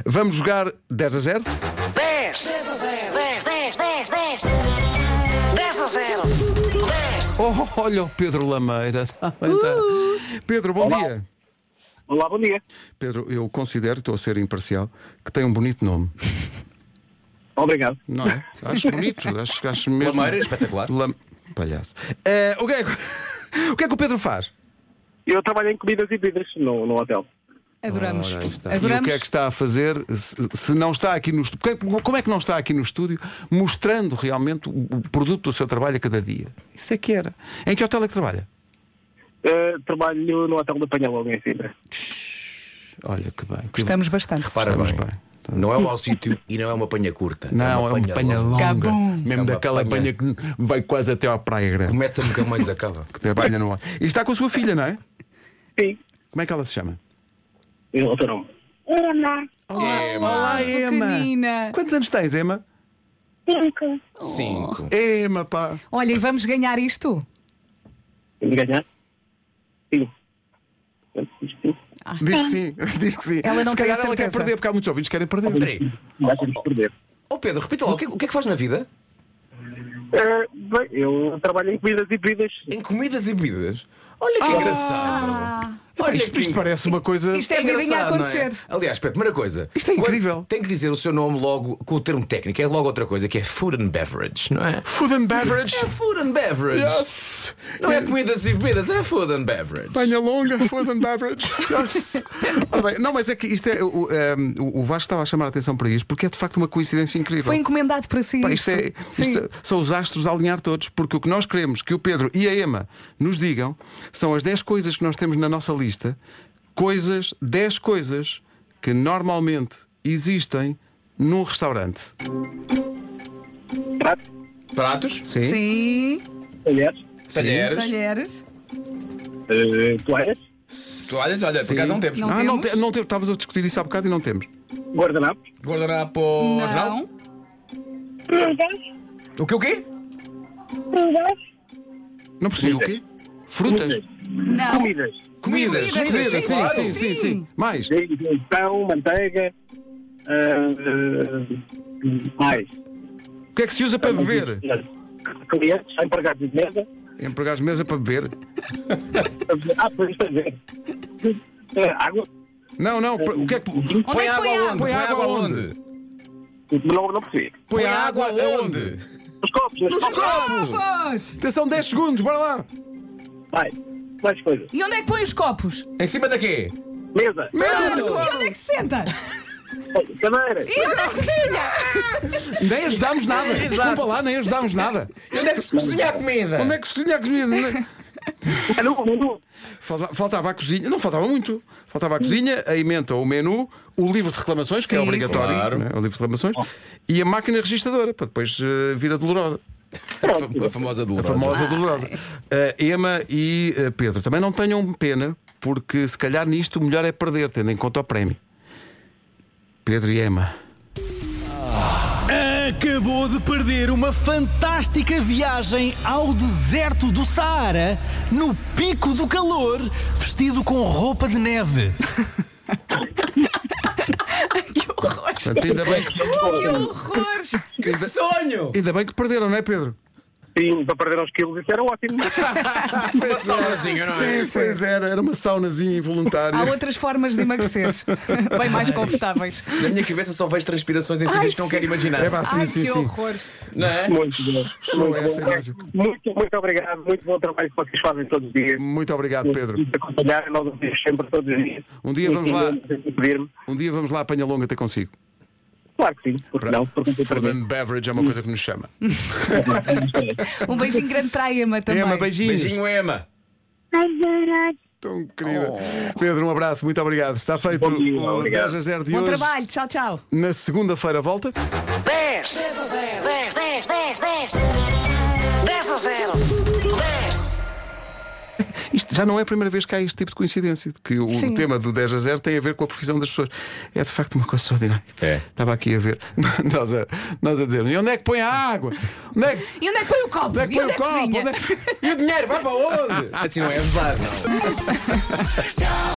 Vamos jogar 10-0? 10 a 0. 10. 10 a 0. 10. Olha o Pedro Lameira. Pedro, bom dia. Olá, bom dia. Pedro, eu considero, estou a ser imparcial, que tem um bonito nome. Obrigado. Não é? Acho bonito. Acho mesmo. Lameira, espetacular. Palhaço. O que é que o Pedro faz? Eu trabalho em comidas e bebidas no hotel. Adoramos. Ora, aí está. Adoramos. E o que é que está a fazer se não está aqui no estúdio? Como é que não está aqui no estúdio mostrando realmente o produto do seu trabalho a cada dia? Isso é que era. Em que hotel é que trabalha? Trabalho no hotel da Panhalonga em Sintra. Olha que bem. Gostamos bastante. Repara Estamos bem. bem. Não é um mau sítio e não é uma panha curta. Não, é uma panha longa. Cabum. Mesmo É uma daquela panha que vai quase até à Praia Grande. Começa no Camões, acaba. Que trabalha no... E está com a sua filha, não é? Sim. Como é que ela se chama? Eu não sei o nome. Emma, Olá, Emma. Pequenina. Quantos anos tens, Emma? 5. 5. Emma, pá. Olha, e vamos ganhar isto? Vamos ganhar? Sim. Diz que sim, diz que sim. Ela não Se tem calhar a ela quer certeza. perder, porque há muitos ouvintes que querem perder. Peraí. Vai ter que perder. Pedro, repita lá, o que é que faz na vida? Bem, eu trabalho em comidas e bebidas. Em comidas e bebidas. Olha que engraçado. Olha Isto parece uma coisa. Isto é vidinha a engraçado, não é? acontecer. Aliás, Pedro, primeira coisa. Isto é incrível. Tem que dizer o seu nome logo com o termo técnico. É logo outra coisa, que é food and beverage, não é? Food and beverage. É food and beverage. Yes. Não é comidas e bebidas, é food and beverage. Panha longa, food and beverage. Yes. Ora bem, não, mas é que isto é. O Vasco estava a chamar a atenção para isto porque é de facto uma coincidência incrível. Foi encomendado para si. Pá, isto Sim. são os astros a alinhar todos, porque o que nós queremos que o Pedro e a Emma nos digam são as 10 coisas que nós temos na nossa lista. 10 coisas que normalmente existem num restaurante. Pratos, Sim. Talheres. talheres, Talheres. Toalhas. toalhas. Olha, por acaso não temos. Não Não temos? temos. Não temos. Estávamos a discutir isso há bocado e não temos. Guardanapos. Guardanapos, Não. Frutas. O quê? Não percebi o quê? Frutas? Não. Comidas. Comidas. Comidas, Claro. sim. Mais. Pão, manteiga. Mais. O que é que se usa para beber? Clientes, empregados de mesa. Empregados de mesa para beber? Pois fazer. Água. Não. O que é que. Onde Põe é que água põe aonde? Põe Põe água água aonde? aonde? Não percebi. Põe a água aonde? Os copos. Nos copos! Copos! Atenção, 10 segundos, bora lá! Vai. Mais coisas. E onde é que põe os copos? Em cima da quê? Mesa. E onde é que se senta? Cadeira. E onde é que cozinha? Nem ajudámos nada. Desculpa lá, nem ajudámos nada. E onde é que se cozinha a comida? Onde é que se cozinha a comida? Menu. Faltava a cozinha, não faltava muito. Faltava a cozinha, a emenda ou o menu, o livro de reclamações, que é Sim, obrigatório, sim, sim. né? O livro de reclamações, e a máquina registradora, para depois vir a dolorosa. A famosa A dolorosa. famosa dolorosa. Emma e Pedro, também não tenham pena, porque se calhar nisto o melhor é perder, tendo em conta o prémio. Pedro e Emma. Acabou de perder uma fantástica viagem ao deserto do Saara, no pico do calor, vestido com roupa de neve. Que horror! Portanto, ainda bem que, Que horror! Que sonho! ainda bem que perderam, não é, Pedro? Sim, para perder uns quilos, isso era ótimo. Uma saunazinha, não é? Pois era uma saunazinha involuntária. Há outras formas de emagrecer, bem mais confortáveis. Na minha cabeça só vejo transpirações em sítios que não quero imaginar. É pá, sim, Ai, sim, que sim. horror! Não é? Muito bom. Show essa imagem. Muito obrigado. Muito bom trabalho que vocês fazem todos os dias. Muito obrigado, Pedro. Nos acompanhar, nós ouvimos sempre todos os dias. Um dia vamos lá. Pedir-me. Um dia vamos lá a Panha Longa ter consigo. Claro que sim, porque não? Porque Food and beverage é uma coisa que nos chama. Um beijinho grande para a Emma também. Emma, beijinhos. Beijinho, Emma. Tão querida. Pedro, um abraço, muito obrigado. Está feito Bom dia, o obrigado. 10-0 de Bom hoje. trabalho, tchau, tchau. Na segunda-feira volta. 10 a 0. 10. 10 a 0. 10. Isto já não é a primeira vez que há este tipo de coincidência, que o Sim. tema do 10-0 tem a ver com a profissão das pessoas. É de facto uma coisa extraordinária. É. Estava aqui a ver, nós a dizer, e onde é que põe a água? Onde é que, E onde é que põe o copo? onde é que E põe onde o é que copo? cozinha? Onde é que... E o dinheiro vai para onde? Assim não é ajudar, não.